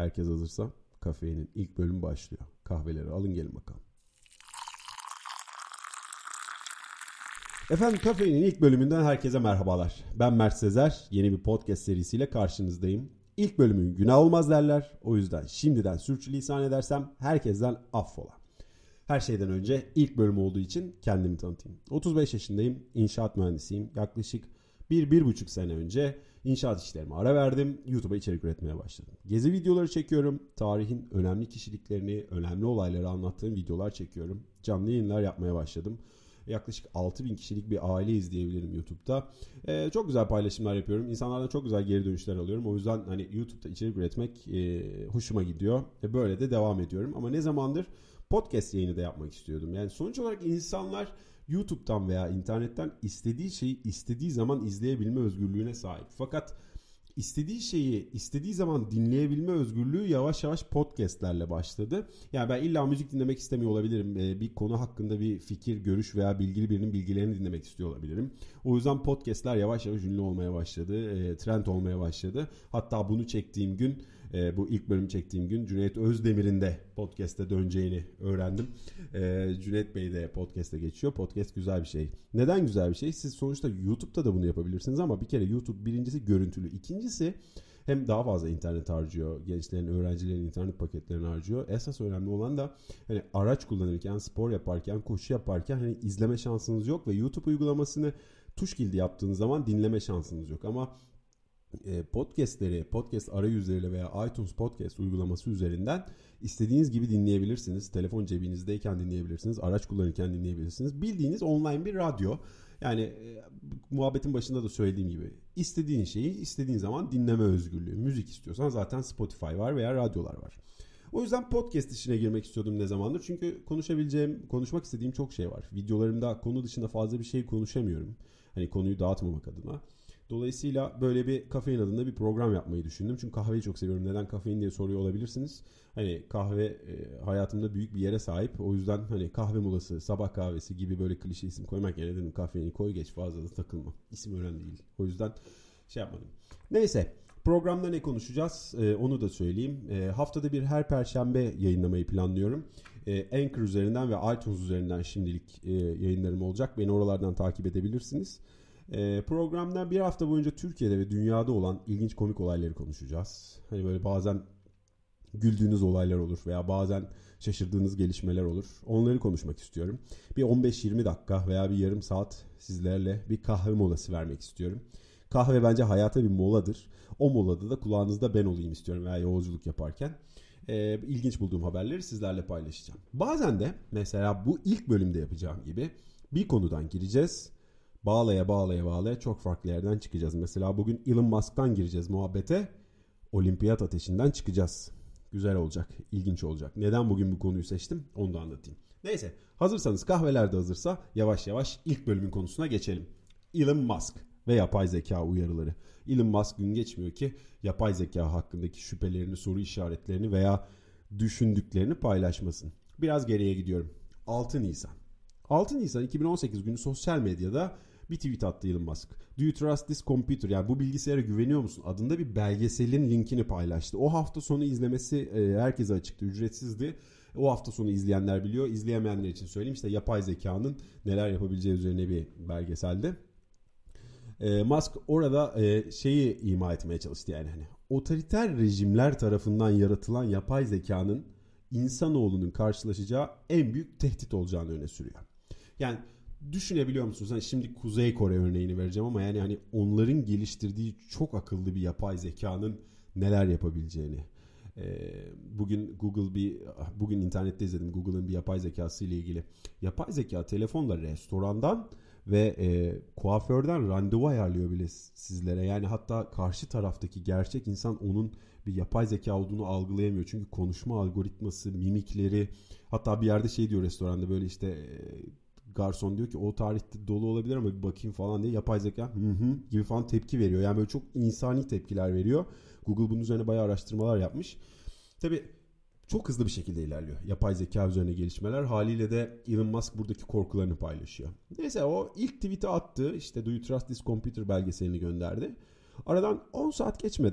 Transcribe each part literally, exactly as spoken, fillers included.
Herkes hazırsa Kafein'in ilk bölümü başlıyor. Kahveleri alın gelin bakalım. Efendim Kafein'in ilk bölümünden herkese merhabalar. Ben Mert Sezer. Yeni bir podcast serisiyle karşınızdayım. İlk bölümün günah olmaz derler. O yüzden şimdiden sürçülisan edersem herkesten affola. Her şeyden önce ilk bölüm olduğu için kendimi tanıtayım. otuz beş yaşındayım. İnşaat mühendisiyim. Yaklaşık bir bir buçuk sene önce inşaat işlerime ara verdim. YouTube'a içerik üretmeye başladım. Gezi videoları çekiyorum. Tarihin önemli kişiliklerini, önemli olayları anlattığım videolar çekiyorum. Canlı yayınlar yapmaya başladım. Yaklaşık altı bin kişilik bir aile izleyebilirim YouTube'da. Ee, çok güzel paylaşımlar yapıyorum. İnsanlardan çok güzel geri dönüşler alıyorum. O yüzden hani YouTube'da içerik üretmek e, hoşuma gidiyor. Ve böyle de devam ediyorum. Ama ne zamandır podcast yayını da yapmak istiyordum. Yani sonuç olarak insanlar YouTube'dan veya internetten istediği şeyi istediği zaman izleyebilme özgürlüğüne sahip. Fakat istediği şeyi istediği zaman dinleyebilme özgürlüğü yavaş yavaş podcastlerle başladı. Yani ben illa müzik dinlemek istemiyor olabilirim. Bir konu hakkında bir fikir, görüş veya bilgili birinin bilgilerini dinlemek istiyor olabilirim. O yüzden podcastler yavaş yavaş ünlü olmaya başladı. Trend olmaya başladı. Hatta bunu çektiğim gün, bu ilk bölüm çektiğim gün Cüneyt Özdemir'in de podcast'e döneceğini öğrendim. Cüneyt Bey de podcast'e geçiyor. Podcast güzel bir şey. Neden güzel bir şey? Siz sonuçta YouTube'da da bunu yapabilirsiniz ama bir kere YouTube birincisi görüntülü. İkincisi hem daha fazla internet harcıyor. Gençlerin, öğrencilerin internet paketlerini harcıyor. Esas önemli olan da hani araç kullanırken, spor yaparken, koşu yaparken hani izleme şansınız yok ve YouTube uygulamasını tuş kilidi yaptığınız zaman dinleme şansınız yok. Ama podcastleri, podcast arayüzleriyle veya iTunes Podcast uygulaması üzerinden istediğiniz gibi dinleyebilirsiniz. Telefon cebinizdeyken dinleyebilirsiniz. Araç kullanırken dinleyebilirsiniz. Bildiğiniz online bir radyo. Yani e, muhabbetin başında da söylediğim gibi istediğin şeyi istediğin zaman dinleme özgürlüğü. Müzik istiyorsan zaten Spotify var veya radyolar var. O yüzden podcast işine girmek istiyordum ne zamandır. Çünkü konuşabileceğim, konuşmak istediğim çok şey var. Videolarımda konu dışında fazla bir şey konuşamıyorum. Hani konuyu dağıtmamak adına. Dolayısıyla böyle bir Kafein adında bir program yapmayı düşündüm. Çünkü kahveyi çok seviyorum. Neden kafein diye soruyor olabilirsiniz. Hani kahve e, hayatımda büyük bir yere sahip. O yüzden hani kahve molası, sabah kahvesi gibi böyle klişe isim koymak yerine dedim kafeini koy geç, fazla da takılma. İsim önemli değil. O yüzden şey yapmadım. Neyse, programda ne konuşacağız e, onu da söyleyeyim. E, haftada bir her perşembe yayınlamayı planlıyorum. E, Anchor üzerinden ve iTunes üzerinden şimdilik e, yayınlarım olacak. Beni oralardan takip edebilirsiniz. E, programda bir hafta boyunca Türkiye'de ve dünyada olan ilginç komik olayları konuşacağız. Hani böyle bazen güldüğünüz olaylar olur veya bazen şaşırdığınız gelişmeler olur. Onları konuşmak istiyorum. Bir on beş yirmi dakika veya bir yarım saat sizlerle bir kahve molası vermek istiyorum. Kahve bence hayata bir moladır. O molada da kulağınızda ben olayım istiyorum veya yolculuk yaparken. E, ilginç bulduğum haberleri sizlerle paylaşacağım. Bazen de mesela bu ilk bölümde yapacağım gibi bir konudan gireceğiz. Bağlaya bağlaya bağlaya çok farklı yerden çıkacağız. Mesela bugün Elon Musk'tan gireceğiz muhabbete. Olimpiyat ateşinden çıkacağız. Güzel olacak, ilginç olacak. Neden bugün bu konuyu seçtim onu da anlatayım. Neyse, hazırsanız, kahveler de hazırsa yavaş yavaş ilk bölümün konusuna geçelim. Elon Musk ve yapay zeka uyarıları. Elon Musk gün geçmiyor ki yapay zeka hakkındaki şüphelerini, soru işaretlerini veya düşündüklerini paylaşmasın. Biraz geriye gidiyorum. altı Nisan. altı Nisan iki bin on sekiz günü sosyal medyada bir tweet attı Elon Musk. Do you trust this computer? Yani bu bilgisayara güveniyor musun? Adında bir belgeselin linkini paylaştı. O hafta sonu izlemesi e, herkese açıktı, ücretsizdi. O hafta sonu izleyenler biliyor. İzleyemeyenler için söyleyeyim. İşte yapay zekanın neler yapabileceği üzerine bir belgeseldi. E, Musk orada e, şeyi ima etmeye çalıştı yani hani otoriter rejimler tarafından yaratılan yapay zekanın insanoğlunun karşılaşacağı en büyük tehdit olacağını öne sürüyor. Yani düşünebiliyor musunuz? Hani şimdi Kuzey Kore örneğini vereceğim ama yani hani onların geliştirdiği çok akıllı bir yapay zekanın neler yapabileceğini. Ee, bugün Google bir bugün internette izledim Google'ın bir yapay zekası ile ilgili. Yapay zeka telefonla restorandan ve e, kuaförden randevu ayarlıyor bile sizlere. Yani hatta karşı taraftaki gerçek insan onun bir yapay zeka olduğunu algılayamıyor. Çünkü konuşma algoritması, mimikleri, hatta bir yerde şey diyor restoranda böyle işte e, garson diyor ki o tarihte dolu olabilir ama bir bakayım falan diye yapay zeka hı hı gibi falan tepki veriyor. Yani böyle çok insani tepkiler veriyor. Google bunun üzerine bayağı araştırmalar yapmış. Tabii çok hızlı bir şekilde ilerliyor. Yapay zeka üzerine gelişmeler. Haliyle de Elon Musk buradaki korkularını paylaşıyor. Neyse o ilk tweet'i attı. İşte Do You Trust This Computer belgeselini gönderdi. Aradan on saat geçmeden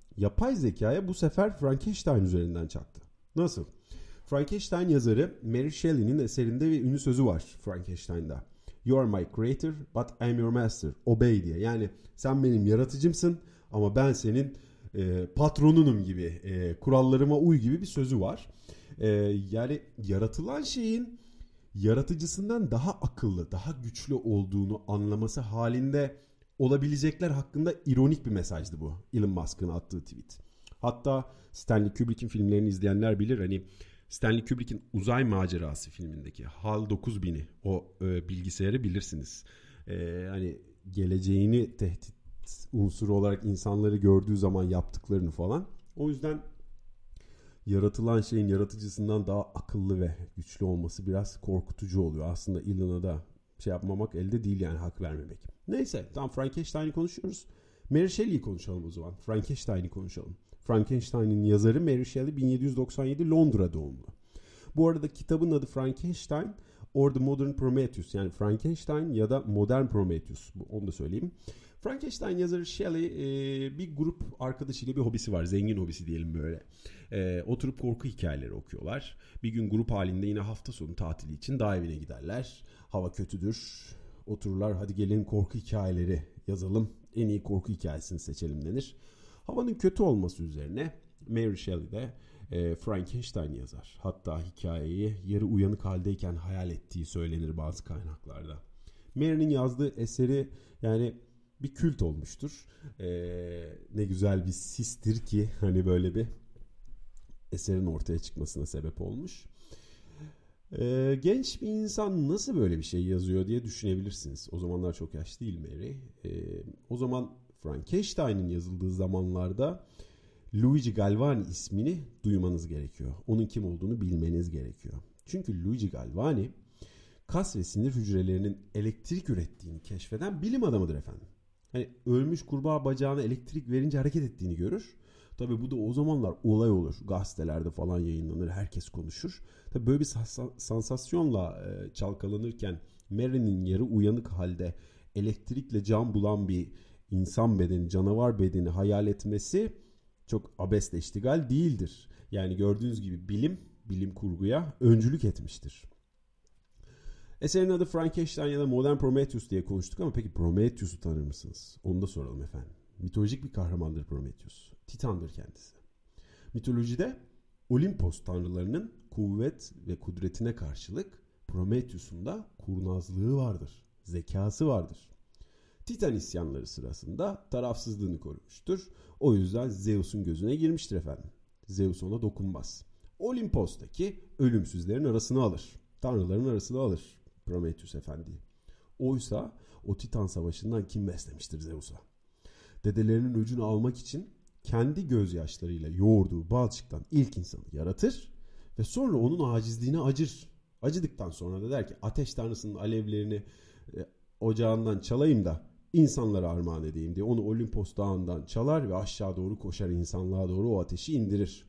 yapay zekaya bu sefer Frankenstein üzerinden çaktı. Nasıl? Frankenstein yazarı Mary Shelley'nin eserinde bir ünlü sözü var Frankenstein'da. You are my creator but I'm your master. Obey diye. Yani sen benim yaratıcımsın ama ben senin e, patronunum gibi, e, kurallarıma uy gibi bir sözü var. E, yani yaratılan şeyin yaratıcısından daha akıllı, daha güçlü olduğunu anlaması halinde olabilecekler hakkında ironik bir mesajdı bu. Elon Musk'ın attığı tweet. Hatta Stanley Kubrick'in filmlerini izleyenler bilir. Hani Stanley Kubrick'in Uzay Macerası filmindeki HAL dokuz bini o e, bilgisayarı bilirsiniz. E, hani geleceğini tehdit unsuru olarak insanları gördüğü zaman yaptıklarını falan. O yüzden yaratılan şeyin yaratıcısından daha akıllı ve güçlü olması biraz korkutucu oluyor. Aslında Elon'a da şey yapmamak elde değil, yani hak vermemek. Neyse, tam Frankenstein'i konuşuyoruz. Mary Shelley'i konuşalım o zaman. Frankenstein'i konuşalım. Frankenstein'in yazarı Mary Shelley bin yedi yüz doksan yedi Londra doğumlu. Bu arada kitabın adı Frankenstein or the Modern Prometheus. Yani Frankenstein ya da Modern Prometheus. Onu da söyleyeyim. Frankenstein yazarı Shelley e, bir grup arkadaşıyla bir hobisi var. Zengin hobisi diyelim böyle. E, oturup korku hikayeleri okuyorlar. Bir gün grup halinde yine hafta sonu tatili için dağ evine giderler. Hava kötüdür. Otururlar, hadi gelin korku hikayeleri yazalım. En iyi korku hikayesini seçelim denir. Havanın kötü olması üzerine Mary Shelley de e, Frankenstein yazar. Hatta hikayeyi yarı uyanık haldeyken hayal ettiği söylenir bazı kaynaklarda. Mary'nin yazdığı eseri yani bir kült olmuştur. Ee, ne güzel bir sistir ki hani böyle bir eserin ortaya çıkmasına sebep olmuş. Ee, genç bir insan nasıl böyle bir şey yazıyor diye düşünebilirsiniz. O zamanlar çok yaşlı değil Mary. Ee, o zaman Frankenstein'in yazıldığı zamanlarda Luigi Galvani ismini duymanız gerekiyor. Onun kim olduğunu bilmeniz gerekiyor. Çünkü Luigi Galvani kas ve sinir hücrelerinin elektrik ürettiğini keşfeden bilim adamıdır efendim. Hani ölmüş kurbağa bacağına elektrik verince hareket ettiğini görür. Tabii bu da o zamanlar olay olur. Gazetelerde falan yayınlanır. Herkes konuşur. Tabii böyle bir sansasyonla e, çalkalanırken Mary'nin yarı uyanık halde elektrikle can bulan bir insan bedeni, canavar bedeni hayal etmesi çok abesle iştigal değildir. Yani gördüğünüz gibi bilim, bilim kurguya öncülük etmiştir. Eserin adı Frankenstein ya da Modern Prometheus diye konuştuk ama peki Prometheus'u tanır mısınız? Onu da soralım efendim. Mitolojik bir kahramandır Prometheus. Titan'dır kendisi. Mitolojide Olimpos tanrılarının kuvvet ve kudretine karşılık Prometheus'un da kurnazlığı vardır. Zekası vardır. Titan isyanları sırasında tarafsızlığını korumuştur. O yüzden Zeus'un gözüne girmiştir efendim. Zeus ona dokunmaz. Olimpos'taki ölümsüzlerin arasını alır. Tanrıların arasını alır Prometheus efendi. Oysa o Titan savaşından kim beslemiştir Zeus'a? Dedelerinin öcünü almak için kendi gözyaşlarıyla yoğurduğu balçıktan ilk insanı yaratır ve sonra onun acizliğine acır. Acıdıktan sonra da der ki ateş tanrısının alevlerini e, ocağından çalayım da insanlara armağan edeyim diye onu Olimpos dağından çalar ve aşağı doğru koşar, insanlığa doğru o ateşi indirir.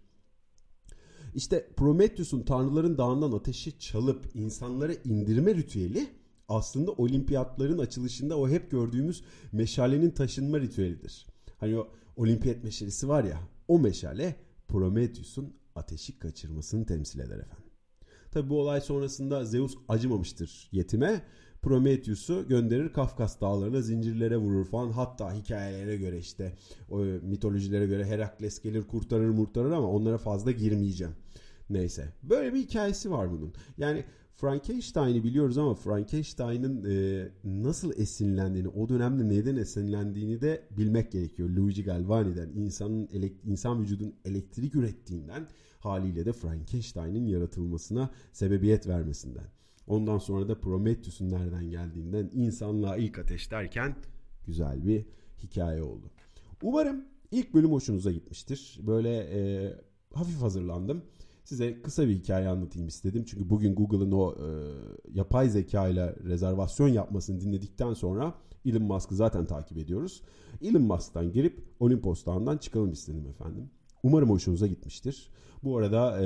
İşte Prometheus'un tanrıların dağından ateşi çalıp insanlara indirme ritüeli aslında olimpiyatların açılışında o hep gördüğümüz meşalenin taşınma ritüelidir. Hani o olimpiyat meşalesi var ya, o meşale Prometheus'un ateşi kaçırmasını temsil eder efendim. Tabi bu olay sonrasında Zeus acımamıştır yetime. Prometheus'u gönderir Kafkas dağlarına, zincirlere vurur falan. Hatta hikayelere göre işte o mitolojilere göre Herakles gelir kurtarır murtarır ama onlara fazla girmeyeceğim. Neyse. Böyle bir hikayesi var bunun. Yani Frankenstein'i biliyoruz ama Frankenstein'ın e, nasıl esinlendiğini, o dönemde neden esinlendiğini de bilmek gerekiyor. Luigi Galvani'den, insanın insan vücudunun elektrik ürettiğinden, haliyle de Frankenstein'in yaratılmasına sebebiyet vermesinden. Ondan sonra da Prometheus'un nereden geldiğinden, insanlığa ilk ateş derken güzel bir hikaye oldu. Umarım ilk bölüm hoşunuza gitmiştir. Böyle e, hafif hazırlandım. Size kısa bir hikaye anlatayım istedim. Çünkü bugün Google'ın o e, yapay zeka ile rezervasyon yapmasını dinledikten sonra Elon Musk'ı zaten takip ediyoruz. Elon Musk'tan girip Olimpos Dağı'ndan çıkalım istedim efendim. Umarım hoşunuza gitmiştir. Bu arada e,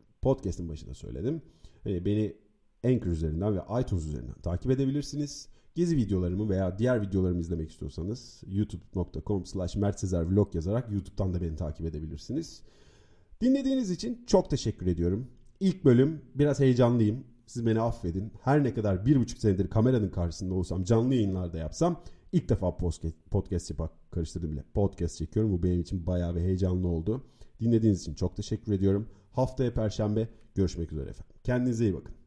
podcast'ın başında söyledim. E, beni Anchor üzerinden ve iTunes üzerinden takip edebilirsiniz. Gezi videolarımı veya diğer videolarımı izlemek istiyorsanız youtube nokta com slash mertsezervlog yazarak YouTube'dan da beni takip edebilirsiniz. Dinlediğiniz için çok teşekkür ediyorum. İlk bölüm biraz heyecanlıyım. Siz beni affedin. Her ne kadar bir buçuk senedir kameranın karşısında olsam, canlı yayınlarda yapsam ilk defa podcast, podcast yapıp karıştırdım bile. Podcast çekiyorum. Bu benim için bayağı bir heyecanlı oldu. Dinlediğiniz için çok teşekkür ediyorum. Haftaya Perşembe görüşmek üzere efendim. Kendinize iyi bakın.